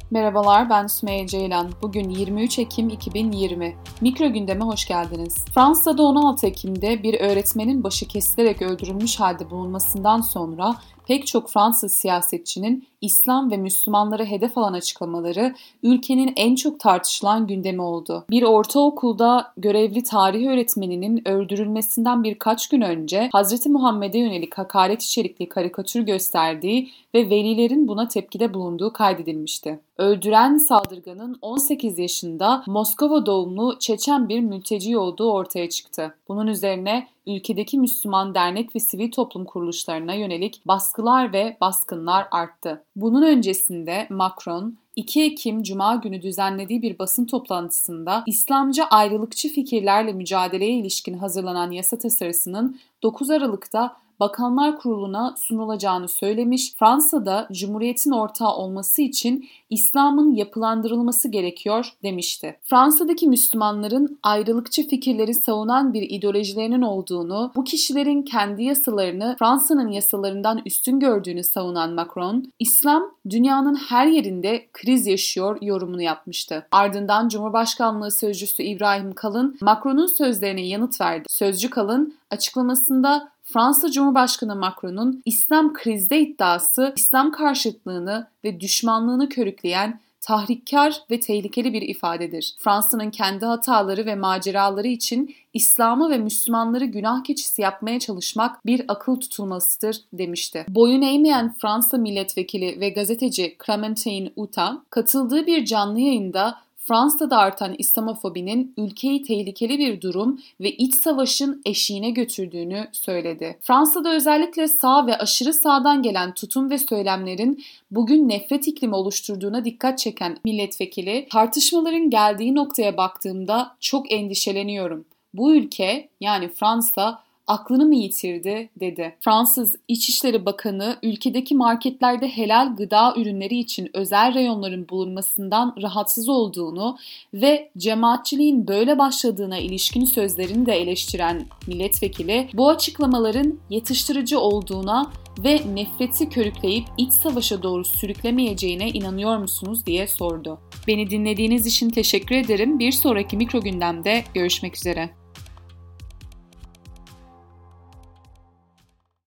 Merhabalar, ben Sümeyye Ceylan. Bugün 23 Ekim 2020. Mikro gündeme hoş geldiniz. Fransa'da 16 Ekim'de bir öğretmenin başı kesilerek öldürülmüş halde bulunmasından sonra pek çok Fransız siyasetçinin İslam ve Müslümanları hedef alan açıklamaları ülkenin en çok tartışılan gündemi oldu. Bir ortaokulda görevli tarih öğretmeninin öldürülmesinden birkaç gün önce Hz. Muhammed'e yönelik hakaret içerikli karikatür gösterdiği ve velilerin buna tepkide bulunduğu kaydedilmişti. Öldüren saldırganın 18 yaşında Moskova doğumlu Çeçen bir mülteci olduğu ortaya çıktı. Bunun üzerine ülkedeki Müslüman dernek ve sivil toplum kuruluşlarına yönelik baskılar ve baskınlar arttı. Bunun öncesinde Macron, 2 Ekim Cuma günü düzenlediği bir basın toplantısında İslamcı ayrılıkçı fikirlerle mücadeleye ilişkin hazırlanan yasa tasarısının 9 Aralık'ta Bakanlar Kurulu'na sunulacağını söylemiş, Fransa'da Cumhuriyet'in ortağı olması için İslam'ın yapılandırılması gerekiyor demişti. Fransa'daki Müslümanların ayrılıkçı fikirleri savunan bir ideolojilerinin olduğunu, bu kişilerin kendi yasalarını Fransa'nın yasalarından üstün gördüğünü savunan Macron, İslam dünyanın her yerinde kriz yaşıyor yorumunu yapmıştı. Ardından Cumhurbaşkanlığı Sözcüsü İbrahim Kalın, Macron'un sözlerine yanıt verdi. Sözcü Kalın açıklamasında Fransa Cumhurbaşkanı Macron'un İslam krizde iddiası, İslam karşıtlığını ve düşmanlığını körükleyen tahrikkar ve tehlikeli bir ifadedir. Fransa'nın kendi hataları ve maceraları için İslam'ı ve Müslümanları günah keçisi yapmaya çalışmak bir akıl tutulmasıdır demişti. Boyun eğmeyen Fransa milletvekili ve gazeteci Clémentine Autain katıldığı bir canlı yayında Fransa'da artan İslamofobinin ülkeyi tehlikeli bir durum ve iç savaşın eşiğine götürdüğünü söyledi. Fransa'da özellikle sağ ve aşırı sağdan gelen tutum ve söylemlerin bugün nefret iklimi oluşturduğuna dikkat çeken milletvekili, tartışmaların geldiği noktaya baktığımda çok endişeleniyorum. Bu ülke, yani Fransa, aklını mı yitirdi dedi. Fransız İçişleri Bakanı ülkedeki marketlerde helal gıda ürünleri için özel reyonların bulunmasından rahatsız olduğunu ve cemaatçiliğin böyle başladığına ilişkin sözlerini de eleştiren milletvekili bu açıklamaların yatıştırıcı olduğuna ve nefreti körükleyip iç savaşa doğru sürüklemeyeceğine inanıyor musunuz diye sordu. Beni dinlediğiniz için teşekkür ederim. Bir sonraki mikro gündemde görüşmek üzere.